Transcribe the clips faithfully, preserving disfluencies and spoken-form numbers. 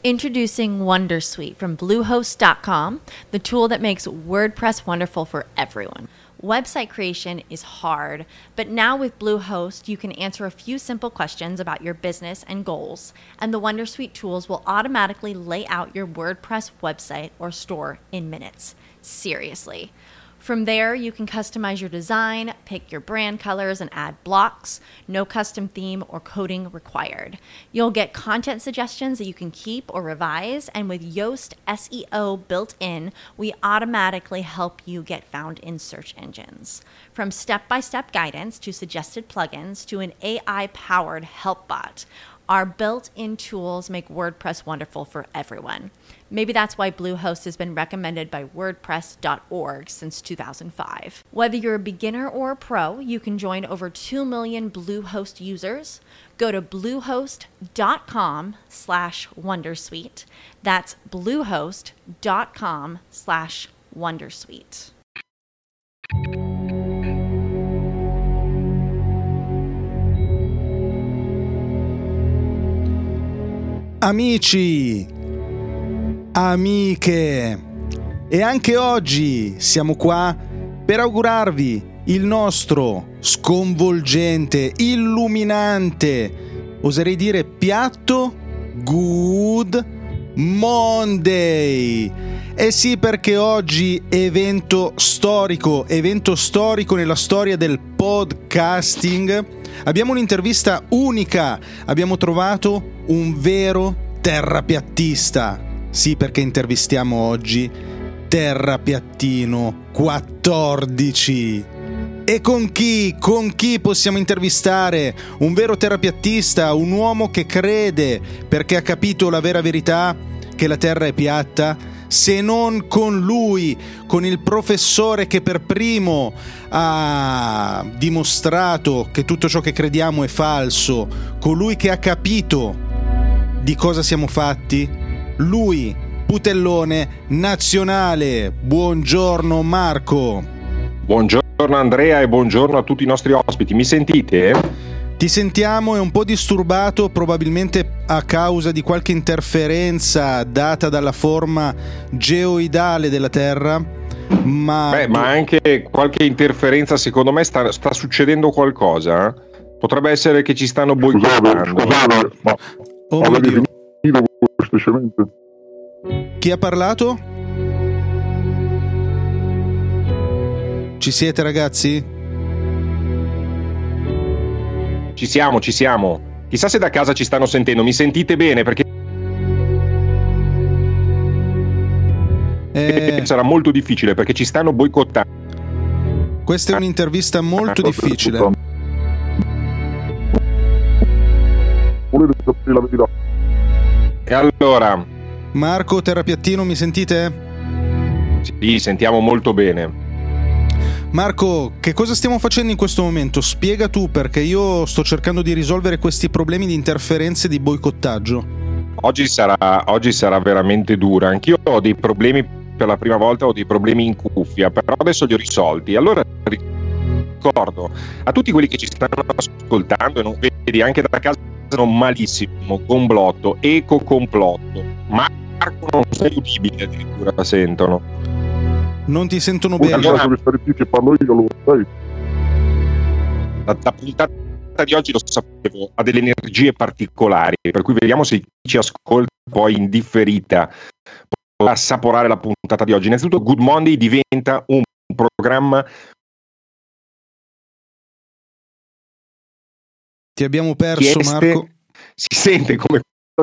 Introducing Wondersuite from Bluehost dot com, the tool that makes WordPress wonderful for everyone. Website creation is hard, but now with Bluehost, you can answer a few simple questions about your business and goals, and the Wondersuite tools will automatically lay out your WordPress website or store in minutes. Seriously. From there, you can customize your design, pick your brand colors, and add blocks. No custom theme or coding required. You'll get content suggestions that you can keep or revise, and with Yoast S E O built in, we automatically help you get found in search engines. From step-by-step guidance to suggested plugins to an A I-powered help bot, our built-in tools make WordPress wonderful for everyone. Maybe that's why Bluehost has been recommended by WordPress dot org since two thousand five. Whether you're a beginner or a pro, you can join over two million Bluehost users. Go to bluehost dot com slash wondersuite. That's bluehost dot com slash wondersuite. Amici, amiche, e anche oggi siamo qua per augurarvi il nostro sconvolgente, illuminante, oserei dire piatto Good Monday. Eh sì, perché oggi evento storico, evento storico nella storia del podcasting. Abbiamo un'intervista unica, abbiamo trovato un vero terrapiattista. Sì, perché intervistiamo oggi Terrapiattino quattordici. E con chi? Con chi possiamo intervistare un vero terrapiattista, un uomo che crede, perché ha capito la vera verità, che la Terra è piatta, se non con lui, con il professore che per primo ha dimostrato che tutto ciò che crediamo è falso, colui che ha capito di cosa siamo fatti, lui, putellone nazionale. Buongiorno Marco. Buongiorno Andrea e buongiorno a tutti i nostri ospiti. Mi sentite? Ti sentiamo, è un po' disturbato, probabilmente a causa di qualche interferenza data dalla forma geoidale della Terra, ma... Beh, ma anche qualche interferenza, secondo me sta, sta succedendo qualcosa. Potrebbe essere che ci stanno boicottando. Scusate, ma oh mio Dio. Semplicemente. Chi ha parlato? Ci siete, ragazzi? Ci siamo, ci siamo. Chissà se da casa ci stanno sentendo. Mi sentite bene? Perché Eh... sarà molto difficile perché ci stanno boicottando. Questa è un'intervista molto difficile. Volete sapere la verità? E allora, Marco, Terrapiattino, mi sentite? sì, sentiamo molto bene. Marco, che cosa stiamo facendo in questo momento? Spiega tu, perché io sto cercando di risolvere questi problemi di interferenze e di boicottaggio. Oggi sarà, oggi sarà veramente dura. Anch'io ho dei problemi, per la prima volta ho dei problemi in cuffia, però adesso li ho risolti. Allora ricordo a tutti quelli che ci stanno ascoltando e non vedi anche da casa malissimo, complotto, eco complotto. Marco, non sei udibile, addirittura sentono. Non ti sentono Poi bene. Allora, che parlo io, lo sai. La, la puntata di oggi, lo sapevo, ha delle energie particolari, per cui vediamo se chi ci ascolta poi in differita può assaporare la puntata di oggi. Innanzitutto Good Monday diventa un programma. Ti abbiamo perso, Chieste, Marco. Si sente come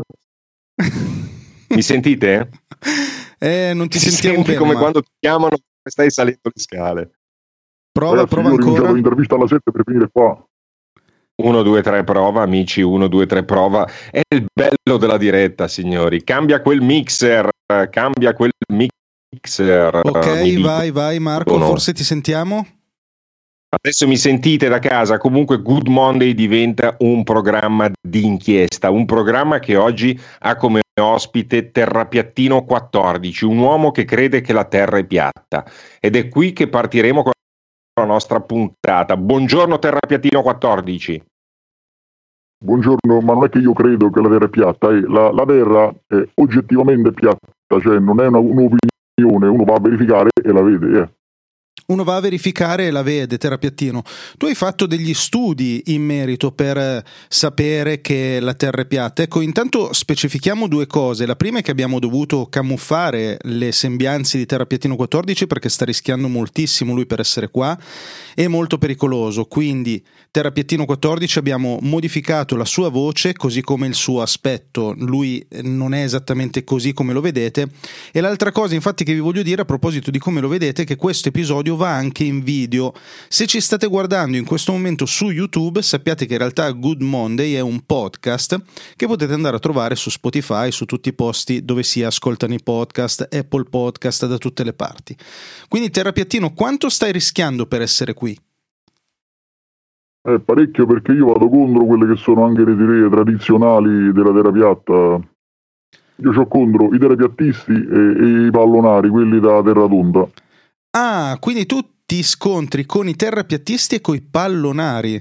mi sentite? Eh, non ti si sentiamo sente bene, come ma... quando ti chiamano e stai salendo le scale. Prova, Ragazzi, prova io ancora. Ho l'intervista alla sette per finire qua. uno, due, tre, prova, amici, uno, due, tre, prova. È il bello della diretta, signori. Cambia quel mixer, cambia quel mixer. Ok, vai, vai Marco, no. Forse ti sentiamo? Adesso mi sentite da casa. Comunque Good Monday diventa un programma di inchiesta, un programma che oggi ha come ospite Terrapiattino quattordici, un uomo che crede che la Terra è piatta, ed è qui che partiremo con la nostra puntata. Buongiorno Terrapiattino quattordici. buongiorno, ma non è che io credo che la Terra è piatta, eh. la, la Terra è oggettivamente piatta, cioè non è una, un'opinione, uno va a verificare e la vede. Eh. Uno va a verificare e la vede, terapiattino. Tu hai fatto degli studi in merito per sapere che la Terra è piatta. Ecco, intanto specifichiamo due cose. La prima è che abbiamo dovuto camuffare le sembianze di Terapiattino quattordici perché sta rischiando moltissimo lui per essere qua, è molto pericoloso. Quindi Terapiattino quattordici abbiamo modificato la sua voce così come il suo aspetto. Lui non è esattamente così come lo vedete. E l'altra cosa infatti che vi voglio dire a proposito di come lo vedete è che questo episodio va anche in video. Se ci state guardando in questo momento su YouTube, sappiate che in realtà Good Monday è un podcast che potete andare a trovare su Spotify, su tutti i posti dove si ascoltano i podcast, Apple Podcast, da tutte le parti. Quindi Terapiattino, quanto stai rischiando per essere qui? Eh, parecchio, perché io vado contro quelle che sono anche le teorie tradizionali della Terra piatta. Io c'ho contro i terapiattisti e, e i pallonari, quelli da terra tonda. Ah, quindi tu ti scontri con i terrapiattisti e coi pallonari.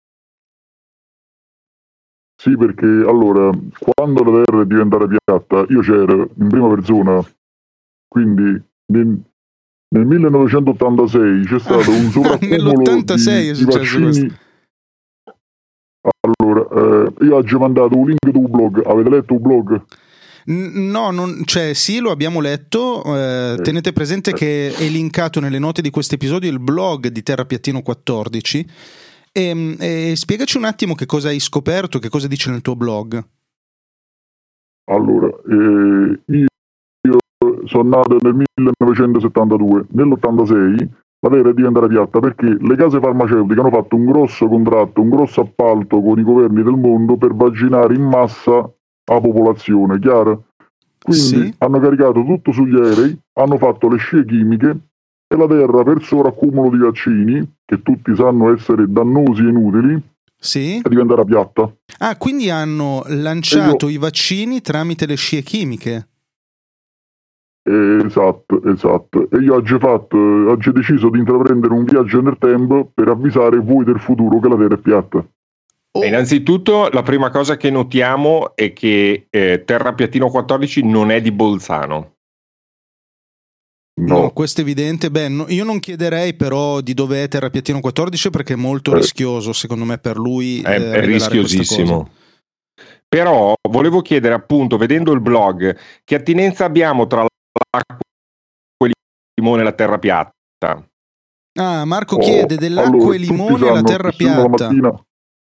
Sì, perché allora, quando la Terra è diventata piatta, io c'ero in prima persona, quindi nel, nel millenovecentottantasei c'è stato un sovraccumulo nell'ottantasei di, è successo di vaccini. Allora, eh, io oggi ho mandato un link del blog, avete letto il blog? No, non, cioè sì, lo abbiamo letto, eh, eh, tenete presente eh. che è linkato nelle note di questo episodio il blog di Terapiattino quattordici e, e spiegaci un attimo che cosa hai scoperto, che cosa dice nel tuo blog. Allora, eh, io, io sono nato nel millenovecentosettantadue, nell'ottantasei la Terra è diventata piatta perché le case farmaceutiche hanno fatto un grosso contratto, un grosso appalto con i governi del mondo per vaccinare in massa la popolazione, chiaro? Quindi sì. Hanno caricato tutto sugli aerei, hanno fatto le scie chimiche e la Terra, per sovraccumulo di vaccini, che tutti sanno essere dannosi e inutili, sì. è diventata piatta. Ah, quindi hanno lanciato io... i vaccini tramite le scie chimiche. Eh, esatto, esatto. E io oggi ho fatto, oggi ho deciso di intraprendere un viaggio nel tempo per avvisare voi del futuro che la Terra è piatta. Oh. Innanzitutto la prima cosa che notiamo è che eh, Terapiattino quattordici non è di Bolzano. No, no, questo è evidente. Beh, no, io non chiederei però di dove è Terapiattino quattordici perché è molto eh. rischioso secondo me per lui. È, eh, è rischiosissimo. Però volevo chiedere appunto, vedendo il blog, che attinenza abbiamo tra l'acqua e limone e la terra piatta? Ah, Marco oh, chiede dell'acqua allora, e limone e la terra piatta. Mattina,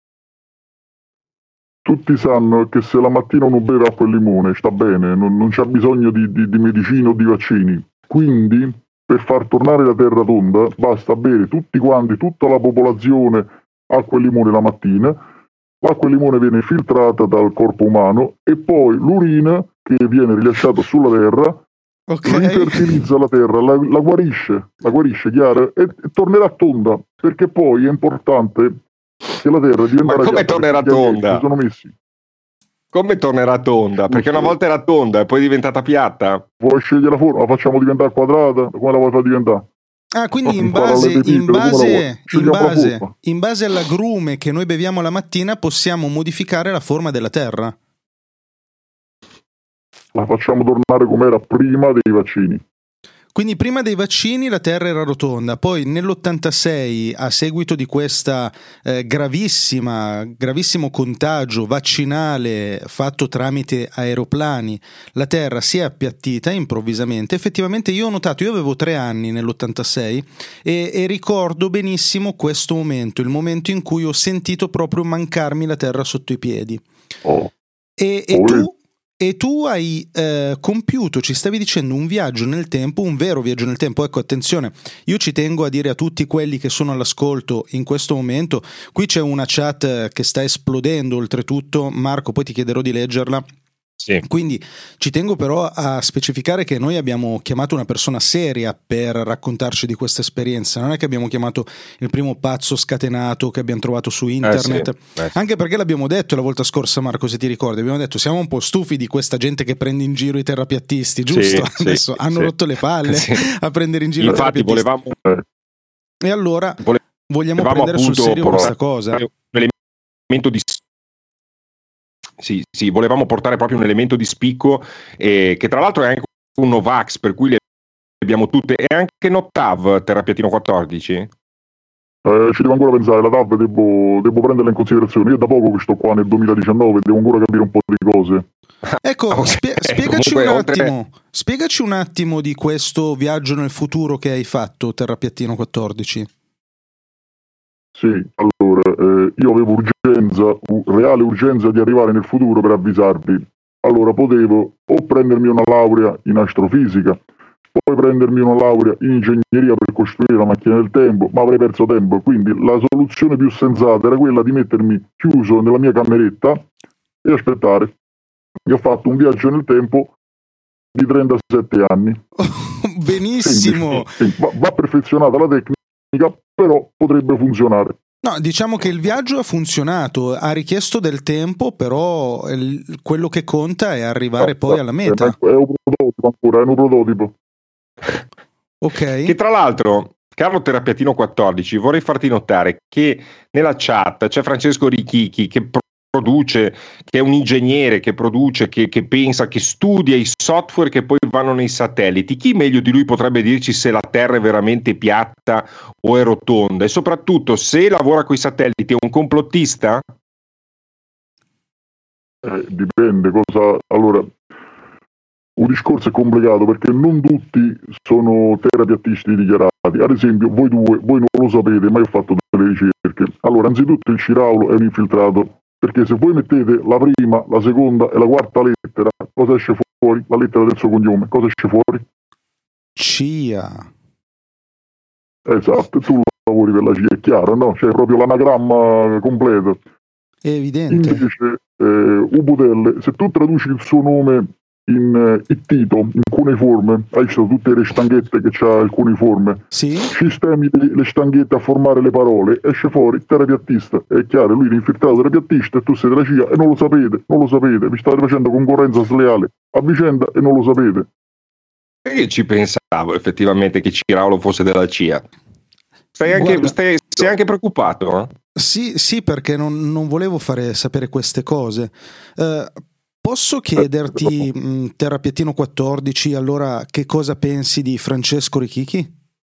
tutti sanno che se la mattina uno beve acqua e limone sta bene, non, non c'è bisogno di, di, di medicina o di vaccini. Quindi per far tornare la terra tonda basta bere tutti quanti, tutta la popolazione, acqua e limone la mattina. L'acqua e limone viene filtrata dal corpo umano e poi l'urina che viene rilasciata sulla terra okay. rifertilizza la terra, la, la guarisce, la guarisce, chiaro? E, e tornerà tonda, perché poi è importante che la terra diventi. Ma come tornerà tonda? Sono messi. Come tornerà tonda? Perché una volta era tonda e poi è diventata piatta. Vuoi scegliere la forma? La facciamo diventare quadrata? Come la vuoi far diventare? Ah, quindi in base, in, base, in, base, in base all'agrume che noi beviamo la mattina possiamo modificare la forma della terra. La facciamo tornare come era prima dei vaccini. Quindi prima dei vaccini la terra era rotonda, poi nell'ottantasei a seguito di questa eh, gravissima, gravissimo contagio vaccinale fatto tramite aeroplani, la terra si è appiattita improvvisamente. Effettivamente io ho notato, io avevo tre anni nell'ottantasei e, e ricordo benissimo questo momento, il momento in cui ho sentito proprio mancarmi la terra sotto i piedi. Oh. E, e tu... E tu hai eh, compiuto, ci stavi dicendo, un viaggio nel tempo, un vero viaggio nel tempo. Ecco, attenzione, io ci tengo a dire a tutti quelli che sono all'ascolto in questo momento, qui c'è una chat che sta esplodendo oltretutto, Marco, poi ti chiederò di leggerla. Sì. Quindi ci tengo però a specificare che noi abbiamo chiamato una persona seria per raccontarci di questa esperienza, non è che abbiamo chiamato il primo pazzo scatenato che abbiamo trovato su internet, eh sì, eh sì. Anche perché l'abbiamo detto la volta scorsa, Marco, se ti ricordi, abbiamo detto siamo un po' stufi di questa gente che prende in giro i terrapiattisti, giusto? Sì, Adesso sì, hanno sì. rotto le palle sì. a prendere in giro Infatti i terrapiattisti. volevamo e allora Vole... vogliamo volevamo prendere sul serio questa cosa, un elemento di Sì, sì, volevamo portare proprio un elemento di spicco, eh, che tra l'altro è anche un Novax, per cui le abbiamo tutte. E anche Nottav, Terrapiattino quattordici? Eh, ci devo ancora pensare, la T A V devo, devo prenderla in considerazione. Io da poco che sto qua nel duemiladiciannove, devo ancora capire un po' di cose. Ecco, Okay, spie- spiegaci un comunque, attimo, oltre... spiegaci un attimo di questo viaggio nel futuro che hai fatto, Terrapiattino quattordici. Sì, allora, eh, io avevo urgenza, u- reale urgenza di arrivare nel futuro per avvisarvi. Allora, potevo o prendermi una laurea in astrofisica, poi prendermi una laurea in ingegneria per costruire la macchina del tempo, ma avrei perso tempo. Quindi la soluzione più sensata era quella di mettermi chiuso nella mia cameretta e aspettare. Io ho fatto un viaggio nel tempo di trentasette anni. Benissimo. Quindi, sì, va, va perfezionata la tecnica, però potrebbe funzionare. No, diciamo che il viaggio ha funzionato, ha richiesto del tempo, però il, quello che conta è arrivare no, poi alla meta. È un prototipo ancora, è un prototipo. Ok. Che tra l'altro, Carlo Terrapiattino quattordici, vorrei farti notare che nella chat c'è Francesco Richichi che produce, che è un ingegnere, che produce, che, che pensa, che studia i software che poi vanno nei satelliti. Chi meglio di lui potrebbe dirci se la Terra è veramente piatta o è rotonda? E soprattutto, se lavora con i satelliti, è un complottista? Eh, dipende cosa... Allora, un discorso è complicato perché non tutti sono terapiattisti dichiarati. Ad esempio, voi due, voi non lo sapete, ma io ho fatto delle ricerche. Allora, anzitutto il Ciraulo è un infiltrato, perché se voi mettete la prima, la seconda e la quarta lettera, cosa esce fuori? La lettera del suo cognome, cosa esce fuori? C I A. Esatto, tu lavori per la C I A, è chiaro, no? C'è proprio l'anagramma completo. È evidente. Invece, eh, Ubudelle, se tu traduci il suo nome in uh, ittito, in cuneiforme, hai visto tutte le stanghette che c'ha il cuneiforme, sì. Sistemi le stanghette a formare le parole, esce fuori terapiattista. È chiaro, lui è l'infiltrato terapiattista e tu sei della C I A e non lo sapete, non lo sapete, vi state facendo concorrenza sleale a vicenda e non lo sapete. E io ci pensavo effettivamente che Ciraulo fosse della C I A. Stai anche, Guarda, stai, sei anche preoccupato? Eh? Sì, sì, perché non, non volevo fare sapere queste cose. Uh, Posso chiederti, mh, Terrapiattino quattordici, allora che cosa pensi di Francesco Richichi?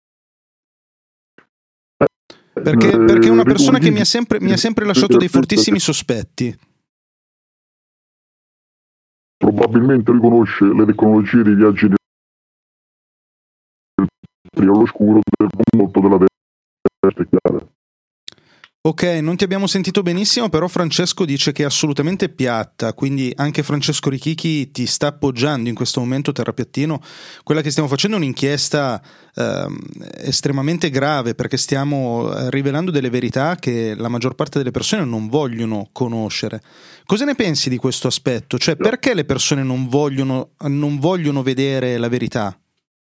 Perché, perché è una persona che mi ha sempre, mi ha sempre lasciato dei fortissimi sospetti. Probabilmente riconosce le tecnologie dei viaggi all'oscuro del condotto della Terra, è chiaro. Ok, non ti abbiamo sentito benissimo, però Francesco dice che è assolutamente piatta, quindi anche Francesco Richichi ti sta appoggiando in questo momento, Terrapiattino. Quella che stiamo facendo è un'inchiesta eh, estremamente grave, perché stiamo rivelando delle verità che la maggior parte delle persone non vogliono conoscere. Cosa ne pensi di questo aspetto? Cioè, perché le persone non vogliono, non vogliono vedere la verità?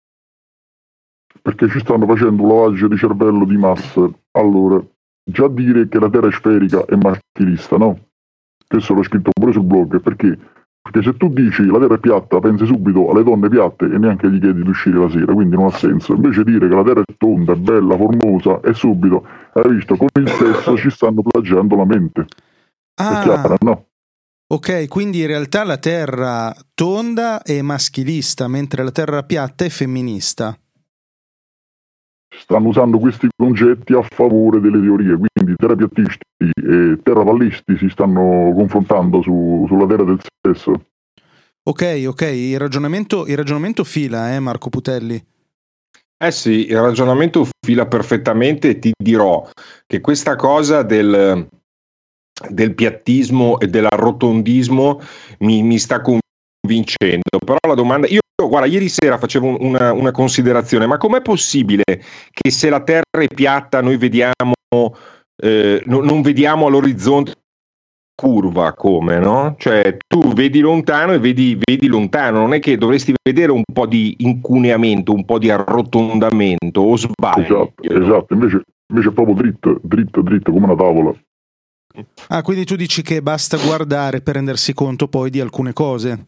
Perché ci stanno facendo un lavaggio di cervello di massa. Allora, già dire che la Terra è sferica è maschilista, no? Questo l'ho scritto pure sul blog. Perché? Perché se tu dici la Terra è piatta, pensi subito alle donne piatte e neanche gli chiedi di uscire la sera, quindi non ha senso. Invece dire che la Terra è tonda, è bella, formosa, e subito, hai visto, con il sesso ci stanno plagiando la mente. Ah, è chiaro, no? Ok, quindi in realtà la Terra tonda è maschilista, mentre la Terra piatta è femminista. Stanno usando questi concetti a favore delle teorie, quindi terapiattisti e terravallisti si stanno confrontando su, sulla terra del sesso. Ok, ok, il ragionamento, il ragionamento fila, eh, Marco Putelli? Eh sì, il ragionamento fila perfettamente e ti dirò che questa cosa del, del piattismo e dell'arrotondismo mi, mi sta convincendo, però la domanda... Io Guarda, ieri sera facevo una, una considerazione, ma com'è possibile che se la Terra è piatta noi vediamo, eh, no, non vediamo all'orizzonte curva come, no? Cioè tu vedi lontano e vedi, vedi lontano, non è che dovresti vedere un po' di incuneamento, un po' di arrotondamento, o sbaglio? Esatto, esatto. Invece, invece è proprio dritto, dritto, dritto come una tavola. Ah, quindi tu dici che basta guardare per rendersi conto poi di alcune cose?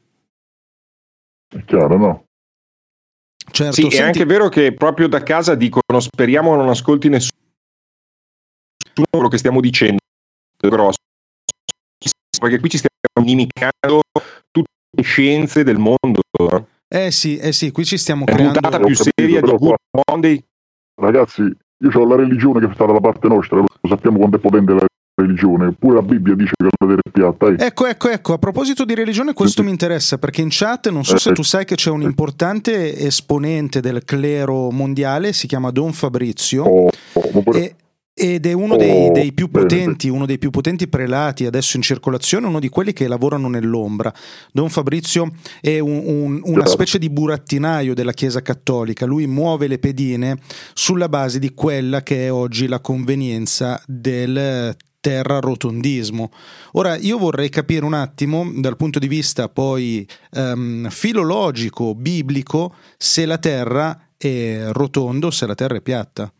È chiaro, no? Certo, sì, senti... è anche vero che proprio da casa dicono speriamo non ascolti nessuno quello che stiamo dicendo, grosso, perché qui ci stiamo stiamo inimicando tutte le scienze del mondo. Eh sì, eh sì, qui ci stiamo è creando... la puntata più capito, seria di Good Monday. Ragazzi, io ho la religione che sta dalla parte nostra, lo sappiamo quanto è potente la religione, pure la Bibbia dice che la terra è piatta. Eh. Ecco, ecco, ecco, a proposito di religione questo sì. mi interessa, perché in chat non so eh, se tu sai che c'è un importante esponente del clero mondiale, si chiama Don Fabrizio, oh, oh, per... e, ed è uno dei, oh, dei più bene. potenti, uno dei più potenti prelati adesso in circolazione, uno di quelli che lavorano nell'ombra. Don Fabrizio è un, un, una specie di burattinaio della Chiesa Cattolica, lui muove le pedine sulla base di quella che è oggi la convenienza del terrarotondismo. Ora io vorrei capire un attimo dal punto di vista poi um, filologico, biblico, se la terra è rotondo, se la terra è piatta.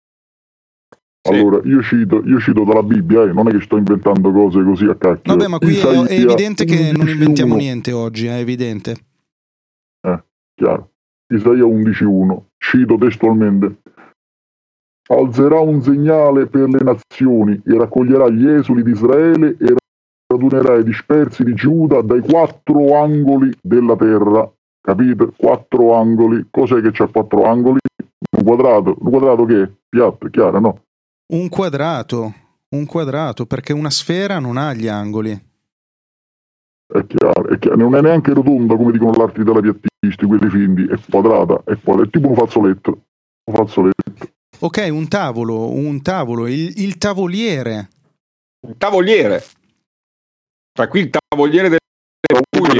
Allora, io cito, io cito dalla Bibbia, eh, non è che sto inventando cose così a cacchio. Vabbè, ma qui Isaia, è, è evidente che undici non inventiamo uno. niente oggi, è evidente. Eh, chiaro. Isaia undici uno, cito testualmente: alzerà un segnale per le nazioni e raccoglierà gli esuli di Israele e radunerà i dispersi di Giuda dai quattro angoli della terra. Capite? Quattro angoli. Cos'è che c'ha quattro angoli? Un quadrato. Un quadrato che è? Piatto, è chiaro, no? Un quadrato. Un quadrato, perché una sfera non ha gli angoli. È chiaro, è chiaro. Non è neanche rotonda, come dicono gli altri terapiattisti, quelli finti. È quadrata, è quadrata. È tipo un fazzoletto. Un fazzoletto. Ok, un tavolo, un tavolo, il, il tavoliere. Il tavoliere. Cioè qui il tavoliere delle Puglie.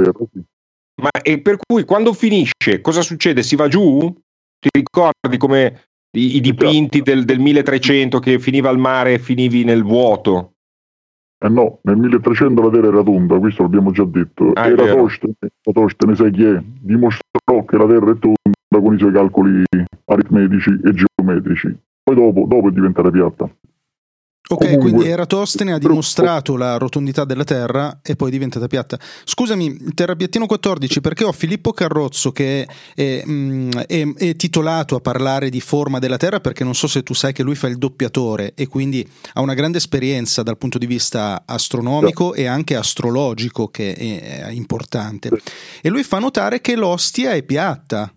Ma e per cui quando finisce cosa succede? Si va giù? Ti ricordi come i, i dipinti del, del milletrecento che finiva al mare e finivi nel vuoto? Eh no, nel milletrecento la terra era tonda, questo l'abbiamo già detto. Ah, Eratostene, Eratostene, sai chi è? Dimostrò che la terra è tonda con i suoi calcoli aritmetici e geometrici. Poi dopo, dopo è diventata piatta. Ok, Comunque, quindi Eratostene ha dimostrato la rotondità della Terra e poi è diventata piatta. Scusami, Terrapiattino quattordici, perché ho Filippo Carrozzo che è, è, è, è titolato a parlare di forma della Terra, perché non so se tu sai che lui fa il doppiatore e quindi ha una grande esperienza dal punto di vista astronomico sì. e anche astrologico, che è, è importante. Sì. E lui fa notare che l'ostia è piatta.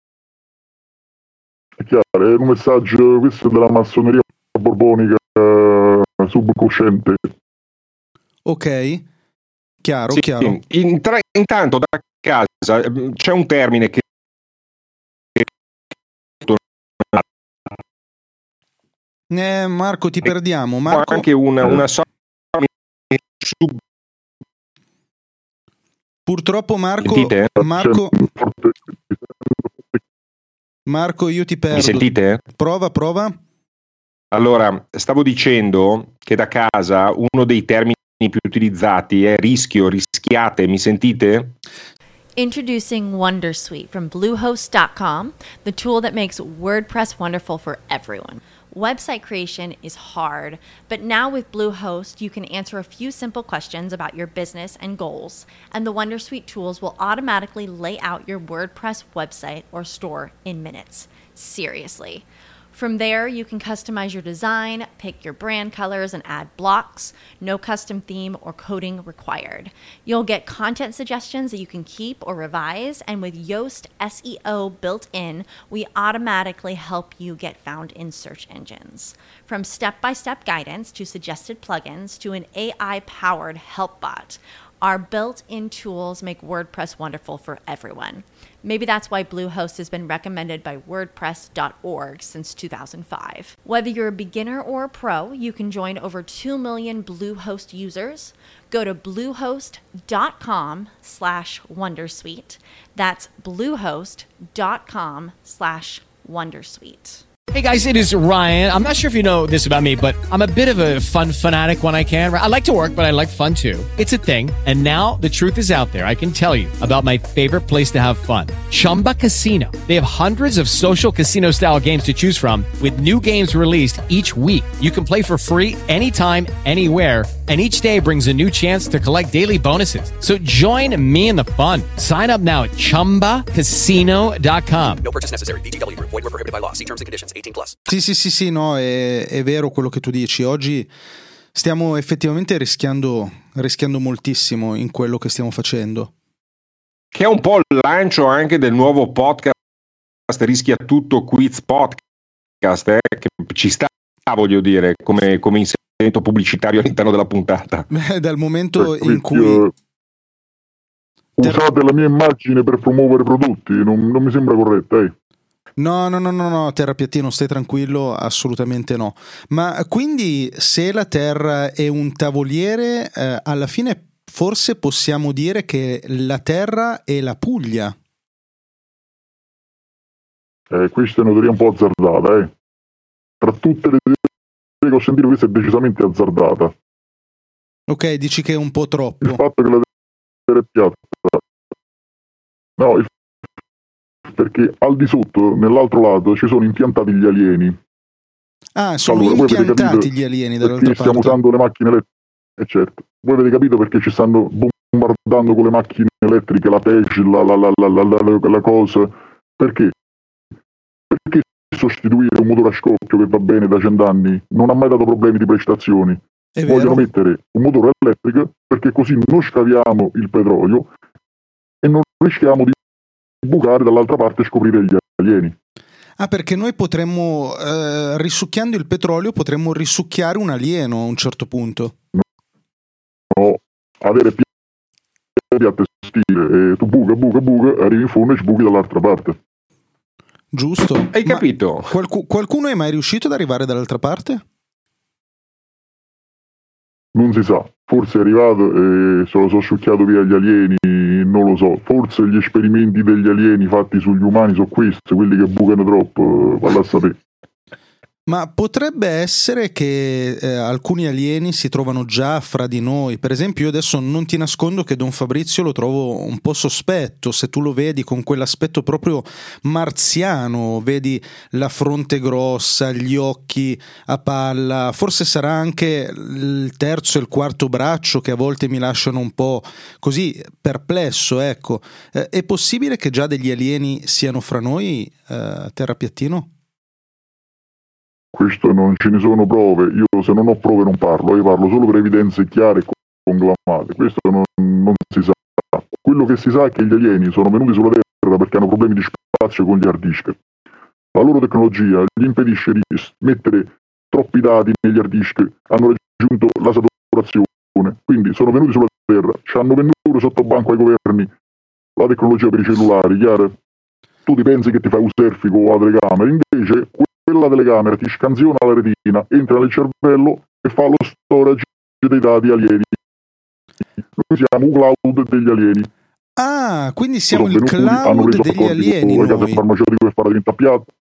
È chiaro, è un messaggio, questo è della massoneria borbonica subconsciente. Ok, chiaro, sì, chiaro. In tra- intanto da casa c'è un termine che eh, Marco ti perdiamo. Marco... anche una, una sorta sub... Purtroppo Marco Sentite? Marco Marco io ti perdo. Mi sentite? Prova, prova. Allora, stavo dicendo che da casa uno dei termini più utilizzati è rischio, rischiate, mi sentite? Introducing Wondersuite from Bluehost dot com, the tool that makes WordPress wonderful for everyone. Website creation is hard, but now with Bluehost, you can answer a few simple questions about your business and goals, and the Wondersuite tools will automatically lay out your WordPress website or store in minutes. Seriously. From there, you can customize your design, pick your brand colors, and add blocks. No custom theme or coding required. You'll get content suggestions that you can keep or revise, and with Yoast S E O built in, we automatically help you get found in search engines. From step-by-step guidance to suggested plugins to an A I-powered help bot, our built-in tools make WordPress wonderful for everyone. Maybe that's why Bluehost has been recommended by WordPress dot org since two thousand five. Whether you're a beginner or a pro, you can join over two million Bluehost users. Go to bluehost.com slash wondersuite. That's bluehost.com slash wondersuite. Hey guys, it is Ryan. I'm not sure if you know this about me, but I'm a bit of a fun fanatic when I can. I like to work, but I like fun too. It's a thing. And now the truth is out there. I can tell you about my favorite place to have fun. Chumba Casino. They have hundreds of social casino style games to choose from with new games released each week. You can play for free anytime, anywhere. And each day brings a new chance to collect daily bonuses. So join me in the fun. Sign up now at chumba casino dot com. No purchase necessary. V G W Group. Void where prohibited by law. See terms and conditions. eighteen plus. Sì, sì, sì, sì, no, è, è vero quello che tu dici. Oggi Stiamo effettivamente rischiando, rischiando moltissimo in quello che stiamo facendo. Che è un po' il lancio anche del nuovo podcast Rischia Tutto Quiz Podcast, eh, che ci sta, voglio dire, come, come inserimento pubblicitario all'interno della puntata. Beh, dal momento Ecco, in cui... Usate la mia immagine per promuovere prodotti, non, non mi sembra corretta, eh. No, no, no, no, no, Terrapiattino, stai tranquillo, assolutamente no. Ma quindi se la Terra è un tavoliere, eh, alla fine forse possiamo dire che la Terra è la Puglia. Eh, questa è una teoria un po' azzardata, eh. Tra tutte le teorie che ho sentito, questa è decisamente azzardata. Ok, dici che è un po' troppo. Il fatto che la Terra è piatta, no, il... perché al di sotto, nell'altro lato, ci sono impiantati gli alieni. Ah, sono allora, impiantati gli alieni dall'altra perché stiamo parte. usando le macchine elettriche, eh, certo. Voi avete capito perché ci stanno bombardando con le macchine elettriche, la Tesla, la, la, la, la, la, la cosa, perché? Perché sostituire un motore a scoppio che va bene da cent'anni non ha mai dato problemi di prestazioni. È Vogliono vero. mettere un motore elettrico perché così non scaviamo il petrolio e non rischiamo di bucare dall'altra parte e scoprire gli alieni. Ah, perché noi potremmo, eh, risucchiando il petrolio, potremmo risucchiare un alieno a un certo punto. No, avere piatte stile e tu buca, buca, buca, arrivi in fondo e sbuchi dall'altra parte. Giusto. Hai Ma capito? qualcu- qualcuno è mai riuscito ad arrivare dall'altra parte? Non si sa, forse è arrivato e se lo so succhiato via gli alieni, non lo so, forse gli esperimenti degli alieni fatti sugli umani sono questi, quelli che bucano troppo, valla a sapere. Ma potrebbe essere che eh, alcuni alieni si trovano già fra di noi. Per esempio, io adesso non ti nascondo che Don Fabrizio lo trovo un po' sospetto. Se tu lo vedi con quell'aspetto proprio marziano, vedi la fronte grossa, gli occhi a palla, forse sarà anche il terzo e il quarto braccio che a volte mi lasciano un po' così perplesso, ecco. Eh, è possibile che già degli alieni siano fra noi, eh, Terrapiattino? Questo non ce ne sono prove, io se non ho prove non parlo, io parlo solo per evidenze chiare e conclamate, questo non, non si sa. Quello che si sa è che gli alieni sono venuti sulla Terra perché hanno problemi di spazio con gli hard disk. La loro tecnologia gli impedisce di mettere troppi dati negli hard disk, hanno raggiunto la saturazione, quindi sono venuti sulla Terra, ci hanno venduto sotto banco ai governi la tecnologia per i cellulari, chiaro? Tu ti pensi che ti fai un selfie con la telecamera, invece quella telecamera ti scansiona la retina, entra nel cervello e fa lo storage dei dati alieni. Noi siamo un cloud degli alieni. Ah, quindi siamo Sono il venuti, hanno cloud reso degli accordi alieni con le case noi. farmaceutiche per fare diventa piatto.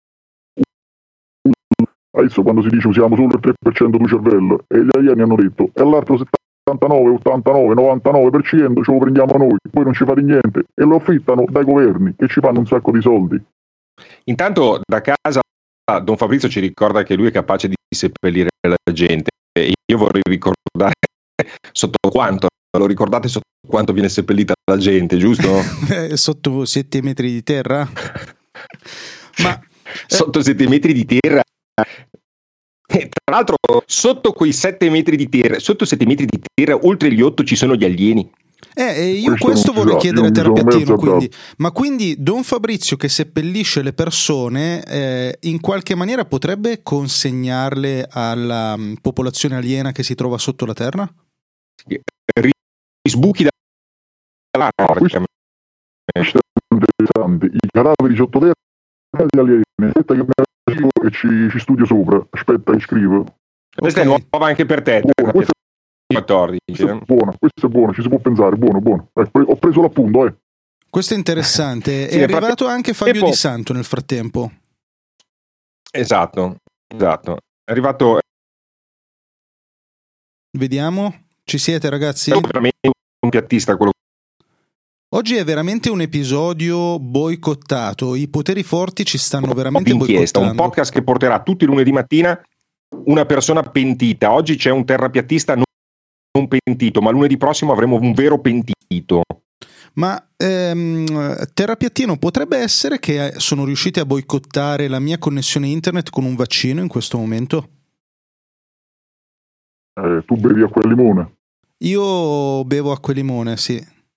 Adesso quando si dice usiamo solo il tre per cento del cervello e gli alieni hanno detto e l'altro settantanove, ottantanove, novantanove per cento ce lo prendiamo noi, poi non ci fate niente e lo affittano dai governi che ci fanno un sacco di soldi. Intanto da casa Don Fabrizio ci ricorda che lui è capace di seppellire la gente e io vorrei ricordare sotto quanto, lo ricordate sotto quanto viene seppellita la gente, giusto? Eh, sotto sette metri di terra? Ma Sotto sette metri di terra. E tra l'altro sotto quei sette metri di terra, sotto sette metri di terra, oltre gli otto ci sono gli alieni. Eh, e io Questo questo non si vorrei sa, chiedere io a mi sono Terrapiattino, mezzo quindi, ma quindi Don Fabrizio che seppellisce le persone eh, in qualche maniera potrebbe consegnarle alla um, popolazione aliena che si trova sotto la terra? Sbuchi dalla Ah, questo, questo è interessante. I cadaveri sottoterra degli alieni. Aspetta che me la scrivo e ci, ci studio sopra. Aspetta che scrivo. Questa Ok. è nuova anche per te. Buona, questa, quattordici. questa è buona, questa è buona, ci si può pensare, buono, buono. Eh, pre- ho preso l'appunto, eh. Questo è interessante. Sì, È infatti- arrivato anche Fabio Tempo. Di Santo nel frattempo. Esatto, esatto. È arrivato Vediamo. Ci siete, ragazzi? è veramente un piattista quello. Oggi è veramente un episodio boicottato. I poteri forti ci stanno veramente Inchiesta, un boicottando. podcast che porterà tutti i lunedì mattina una persona pentita. Oggi c'è un terrapiattista non non pentito, ma lunedì prossimo avremo un vero pentito. Ma ehm, Terrapiattino, potrebbe essere che sono riusciti a boicottare la mia connessione internet con un vaccino in questo momento? Eh, tu bevi acqua e limone? Io bevo acqua e limone, sì.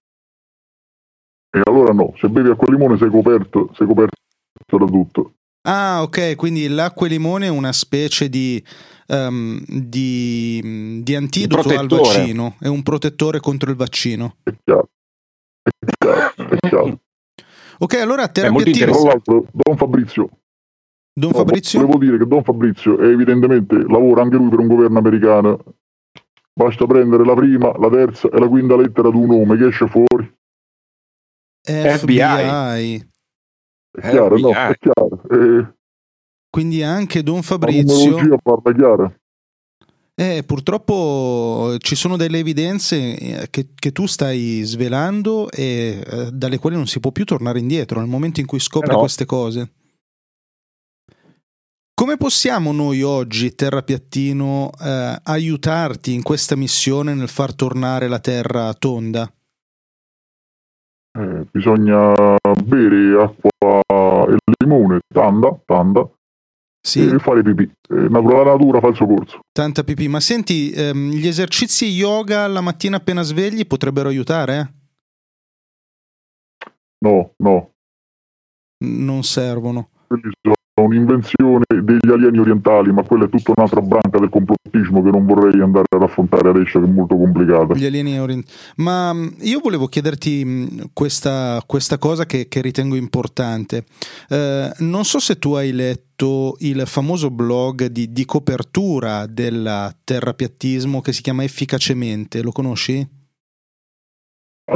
E allora no, se bevi acqua e limone sei coperto, sei coperto da tutto. Ah, ok, quindi l'acqua e limone è una specie di, um, di, di antidoto al vaccino, è un protettore contro il vaccino. È chiaro, è chiaro, è chiaro. Ok, allora terapiattino. Tra l'altro, Don Fabrizio. Don no, Fabrizio? Volevo dire che Don Fabrizio è evidentemente lavora anche lui per un governo americano. Basta prendere la prima, la terza e la quinta lettera di un nome che esce fuori. F B I. È chiaro, no? È chiaro. Eh, Quindi anche Don Fabrizio. La numerologia parla chiara. Eh, purtroppo ci sono delle evidenze che, che tu stai svelando e eh, dalle quali non si può più tornare indietro nel momento in cui scopri eh no. queste cose. Come possiamo noi oggi, Terrapiattino, eh, aiutarti in questa missione nel far tornare la Terra tonda? Eh, bisogna bere acqua e limone, tanta, tanta, sì. E fare pipì. Eh, natura, natura fa il suo corso. Tanta pipì. Ma senti, ehm, gli esercizi yoga la mattina appena svegli potrebbero aiutare? Eh? No, no. Non servono. Quelli sono un'invenzione degli alieni orientali, ma quella è tutta un'altra branca del complottismo che non vorrei andare ad affrontare adesso, che è molto complicata. Gli alieni orientali. Ma io volevo chiederti questa, questa cosa che, che ritengo importante. Eh, non so se tu hai letto il famoso blog di, di copertura del terrapiattismo che si chiama Efficacemente, lo conosci? Ah,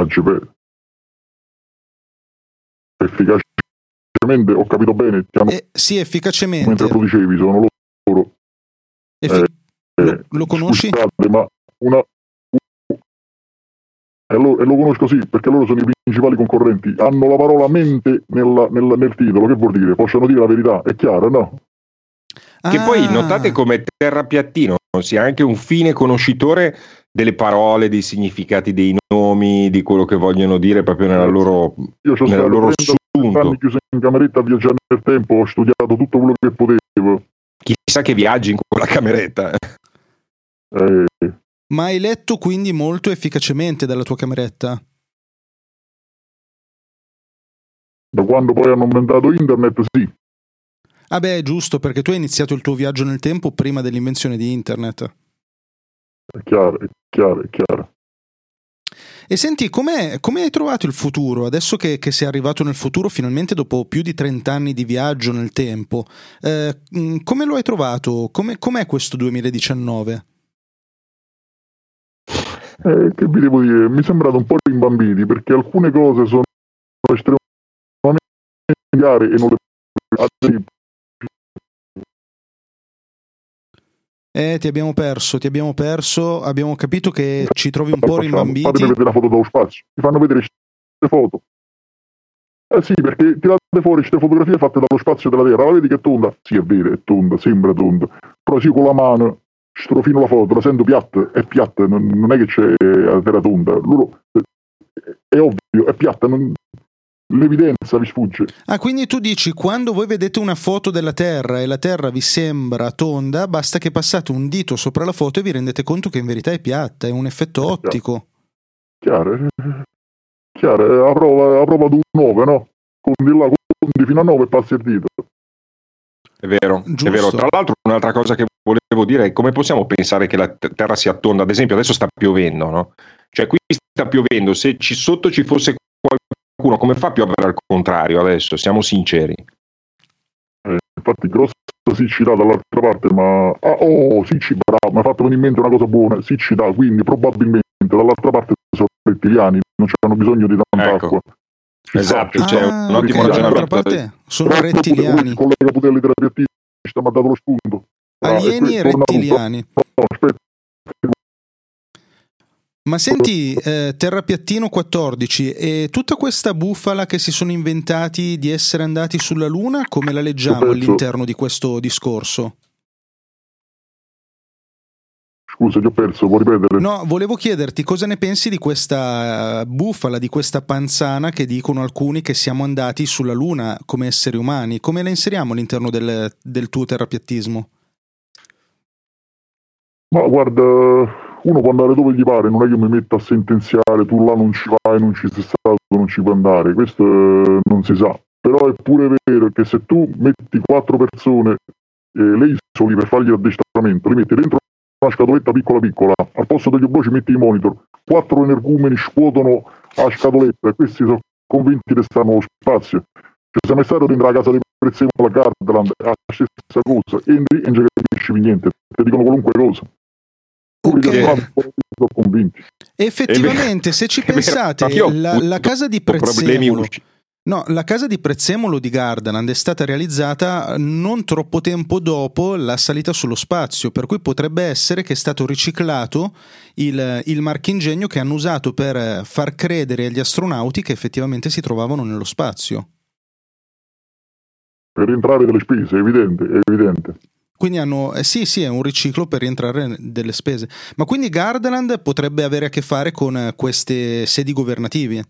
Efficacemente. Ho capito bene, chiamo... eh, sì, efficacemente. Mentre lo dicevi, sono loro. Effi... Eh, lo, lo conosci? Scusate, ma una... E lo, e lo conosco sì, perché loro sono i principali concorrenti. Hanno la parola mente nella, nel, nel titolo. Che vuol dire? Possono dire la verità, è chiaro, no? Che ah. Poi notate come Terrapiattino sia anche un fine conoscitore delle parole, dei significati dei nomi, di quello che vogliono dire proprio nella loro, Io c'ho nella loro anni chiuso in cameretta a viaggiare nel tempo, ho studiato tutto quello che potevo. Chissà che viaggi in quella cameretta. Eh. Ma hai letto quindi molto efficacemente dalla tua cameretta? Da quando poi hanno inventato internet, sì. Ah beh, è giusto, perché tu hai iniziato il tuo viaggio nel tempo prima dell'invenzione di internet. È chiaro, è chiaro, è chiaro. E senti, com'è, come hai trovato il futuro? Adesso che, che sei arrivato nel futuro finalmente dopo più di trenta anni di viaggio nel tempo, eh, come lo hai trovato? Come, com'è questo duemiladiciannove? Eh, che vi devo dire? Mi è sembrato un po' rimbambiti, perché alcune cose sono estremamente chiare e non le... Eh, ti abbiamo perso, ti abbiamo perso, abbiamo capito che ci trovi un po' rimbambiti. Fatemi vedere la foto dallo spazio, ti fanno vedere queste foto. Eh sì, perché tirate fuori queste fotografie fatte dallo spazio della Terra, la vedi che è tonda? Sì, è vero, è tonda, sembra tonda. Però sì, con la mano strofino la foto, la sento piatta, è piatta, non, non è che c'è la Terra tonda. Loro, è ovvio, è piatta, non... l'evidenza vi sfugge. Ah, quindi tu dici, quando voi vedete una foto della Terra e la Terra vi sembra tonda, basta che passate un dito sopra la foto e vi rendete conto che in verità è piatta, è un effetto è ottico. Chiaro, chiaro, a prova, a prova di un nove, no? Conti là, conti fino a nove e passi il dito. È vero, Giusto. È vero. Tra l'altro un'altra cosa che volevo dire è come possiamo pensare che la Terra sia tonda. Ad esempio adesso sta piovendo, no? Cioè qui sta piovendo, se ci, sotto ci fosse qualcuno, come fa a piovere al contrario adesso? Siamo sinceri. Eh, infatti grossa siccità dall'altra parte, ma... Ah, oh, siccità, bravo, mi ha fatto venire in mente una cosa buona, siccità, quindi probabilmente dall'altra parte sono rettiliani, non hanno bisogno di tanta ecco. acqua. Esatto, c'è ah, un ottimo okay, ragionamento. Parte sono però rettiliani. Il collega Putelli Terrapiattista mi ha dato lo spunto. Alieni ah, e, e rettiliani. No, aspetta. Ma senti, eh, Terrapiattino quattordici, e tutta questa bufala che si sono inventati di essere andati sulla Luna, come la leggiamo all'interno di questo discorso? Scusa, ti ho perso, puoi ripetere? No, volevo chiederti cosa ne pensi di questa bufala, di questa panzana che dicono alcuni che siamo andati sulla Luna come esseri umani. Come la inseriamo all'interno del, del tuo terrapiattismo? Ma guarda, uno può andare dove gli pare, non è che mi metto a sentenziare, tu là non ci vai, non ci sei stato, non ci puoi andare, questo eh, non si sa. Però è pure vero che se tu metti quattro persone, eh, le isoli per fargli l'addestramento, li metti dentro una scatoletta piccola piccola, al posto degli obloci metti i monitor, quattro energumeni scuotono la scatoletta e questi sono convinti di stare nello spazio. Cioè, se mai stato dentro la casa di Prezzemolo la Gardaland è la stessa cosa, entri e non ci capisci niente, ti dicono qualunque cosa. Okay. Sono convinti. Effettivamente, se ci pensate, la, la casa di Prezzemolo, no, la casa di Prezzemolo di Gardaland è stata realizzata non troppo tempo dopo la salita sullo spazio, per cui potrebbe essere che è stato riciclato il, il marchingegno che hanno usato per far credere agli astronauti che effettivamente si trovavano nello spazio. Per rientrare delle spese, è evidente, è evidente. Quindi hanno, eh sì, sì, è un riciclo per rientrare delle spese. Ma quindi Gardaland potrebbe avere a che fare con queste sedi governative?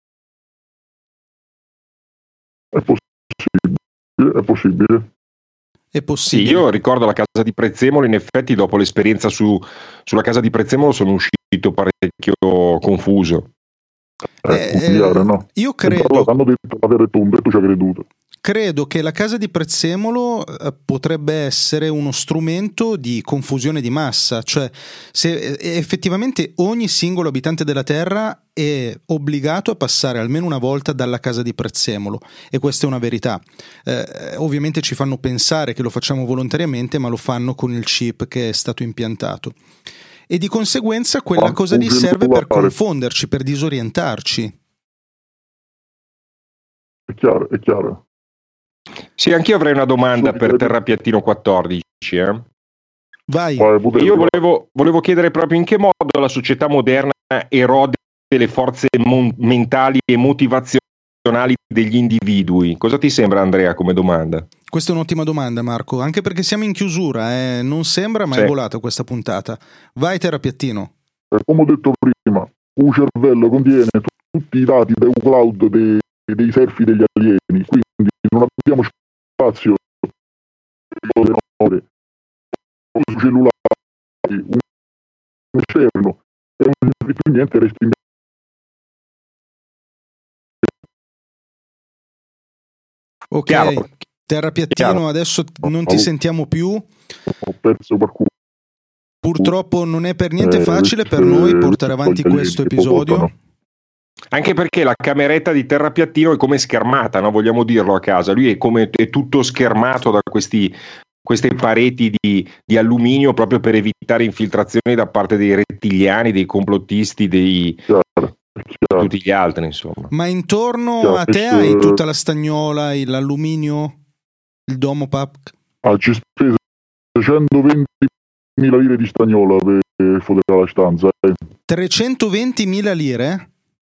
È possibile, è possibile. È possibile. Sì, io ricordo la casa di Prezzemolo, in effetti dopo l'esperienza su, sulla casa di Prezzemolo sono uscito parecchio confuso. Eh, eh, nucleare, no? Io credo... Hanno detto la terra è tonda e tu ci hai creduto. Credo che la casa di Prezzemolo eh, potrebbe essere uno strumento di confusione di massa, cioè se eh, effettivamente ogni singolo abitante della Terra è obbligato a passare almeno una volta dalla casa di Prezzemolo, e questa è una verità. Eh, ovviamente ci fanno pensare che lo facciamo volontariamente, ma lo fanno con il chip che è stato impiantato. E di conseguenza quella ah, cosa lì serve per confonderci, per disorientarci. È chiaro, è chiaro. Sì, anch'io avrei una domanda per Terrapiattino quattordici. Eh? Vai. Io volevo, volevo chiedere proprio in che modo la società moderna erode le forze mon- mentali e motivazionali degli individui. Cosa ti sembra, Andrea, come domanda? Questa è un'ottima domanda, Marco, anche perché siamo in chiusura, eh? Non sembra, ma sì. È volata questa puntata. Vai, Terrapiattino. Come ho detto prima, un cervello contiene tutti i dati del cloud dei, dei surfi degli alieni, quindi non abbiamo spazio per ore, su cellulari, un esterno e non più niente resta in ok, chiaro. Terrapiattino, chiaro. Adesso non ti oh. sentiamo più. Ho perso qualcuno. Purtroppo non è per niente facile eh, per noi portare avanti questo episodio. Anche perché la cameretta di Terrapiattino è come schermata, no? Vogliamo dirlo a casa. Lui è come è tutto schermato da questi, queste pareti di, di alluminio proprio per evitare infiltrazioni da parte dei rettiliani, dei complottisti, dei chiaro, chiaro. tutti gli altri, insomma. Ma intorno chiaro, a te questo... hai tutta la stagnola, l'alluminio, il domo pack? Ah, ci spese trecentoventimila lire di stagnola per fotografare la stanza. Eh. trecentoventimila lire?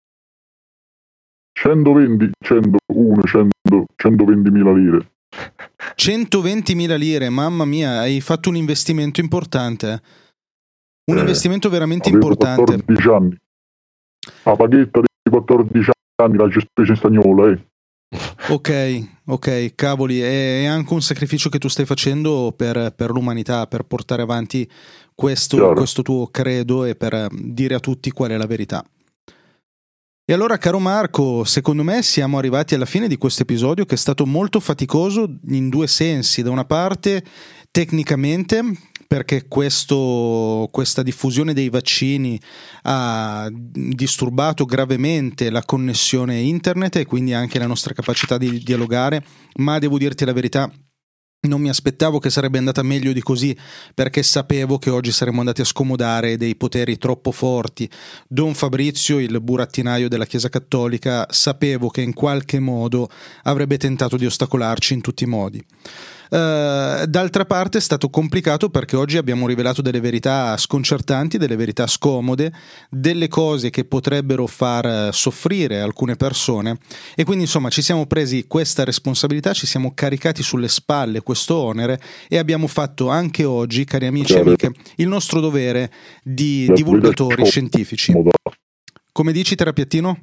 centoventi, centouno, cento, centoventimila lire. centoventimila lire, mamma mia, hai fatto un investimento importante. Un eh, investimento veramente importante. quattordici anni. La paghetta di quattordici anni la spesa in stagnola, eh. Ok, ok, cavoli, è anche un sacrificio che tu stai facendo per, per l'umanità, per portare avanti questo, questo tuo credo e per dire a tutti qual è la verità. E allora, caro Marco, secondo me siamo arrivati alla fine di questo episodio, che è stato molto faticoso in due sensi. Da una parte, tecnicamente, perché questo, questa diffusione dei vaccini ha disturbato gravemente la connessione internet e quindi anche la nostra capacità di dialogare, ma devo dirti la verità, non mi aspettavo che sarebbe andata meglio di così, perché sapevo che oggi saremmo andati a scomodare dei poteri troppo forti. Don Fabrizio, il burattinaio della Chiesa Cattolica, sapevo che in qualche modo avrebbe tentato di ostacolarci in tutti i modi. Uh, d'altra parte è stato complicato perché oggi abbiamo rivelato delle verità sconcertanti, delle verità scomode, delle cose che potrebbero far soffrire alcune persone, e quindi insomma ci siamo presi questa responsabilità, ci siamo caricati sulle spalle questo onere e abbiamo fatto anche oggi, cari amici e amiche, il nostro dovere di divulgatori scientifici. Come dici, Terrapiattino?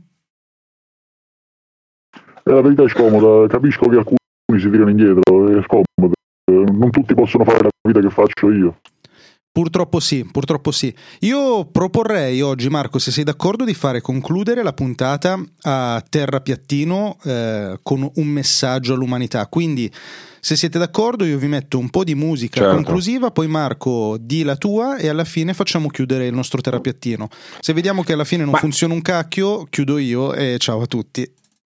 La verità è scomoda, capisco che alcuni si tirano indietro, è scomodo, non tutti possono fare la vita che faccio io. Purtroppo sì, purtroppo sì. Io proporrei oggi, Marco, se sei d'accordo, di fare concludere la puntata a terrapiattino eh, con un messaggio all'umanità. Quindi, se siete d'accordo, io vi metto un po' di musica certo. conclusiva, poi Marco di la tua e alla fine facciamo chiudere il nostro terrapiattino. Se vediamo che alla fine non Ma... funziona un cacchio, chiudo io e ciao a tutti.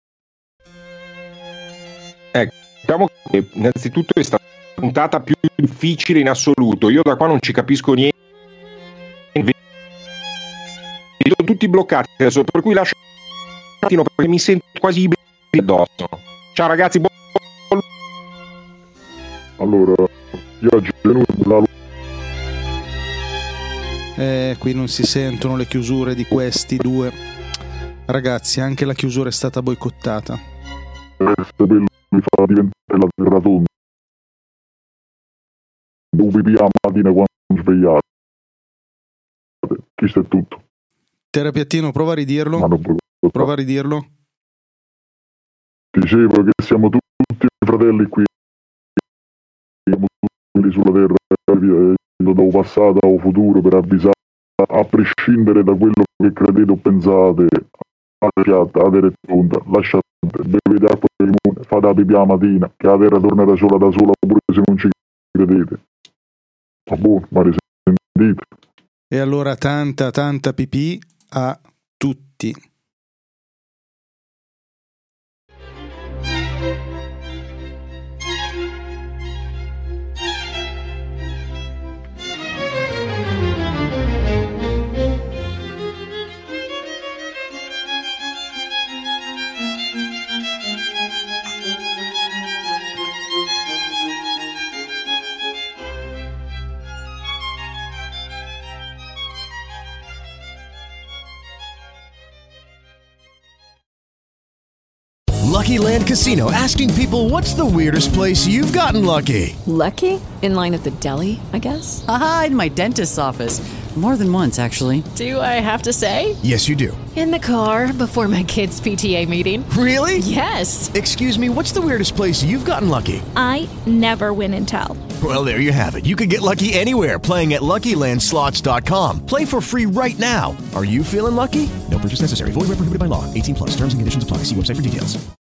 Ecco, diciamo che innanzitutto è stata la puntata più difficile in assoluto. Io da qua non ci capisco niente. Li ho tutti bloccati adesso, per cui lascio un attimo perché mi sento quasi i brividi addosso. Ciao ragazzi, buon... Allora, io oggi la... Eh, qui non si sentono le chiusure di questi due. Ragazzi, anche la chiusura è stata boicottata. Questo quello mi fa diventare la terra tonda. Dove vi la mattina quando svegliate. Questo è tutto. Terrapiattino, prova a ridirlo. Ma non prova a ridirlo. Dicevo che siamo tutti fratelli qui. Siamo tutti sulla terra, da passato o futuro, per avvisare, a prescindere da quello che credete o pensate, a piatta, a terra tonda, lasciate, bevete acqua di limone, fate la pipì la mattina, che la terra tornerà sola da sola, pure se non ci credete. Ma buono, ma risentite. E allora tanta, tanta pipì a tutti. Lucky Land Casino, asking people, what's the weirdest place you've gotten lucky? Lucky? In line at the deli, I guess? Aha, in my dentist's office. More than once, actually. Do I have to say? Yes, you do. In the car before my kids' P T A meeting. Really? Yes. Excuse me, what's the weirdest place you've gotten lucky? I never win and tell. Well, there you have it. You can get lucky anywhere, playing at Lucky Land Slots dot com. Play for free right now. Are you feeling lucky? No purchase necessary. Void where prohibited by law. eighteen plus. Terms and conditions apply. See website for details.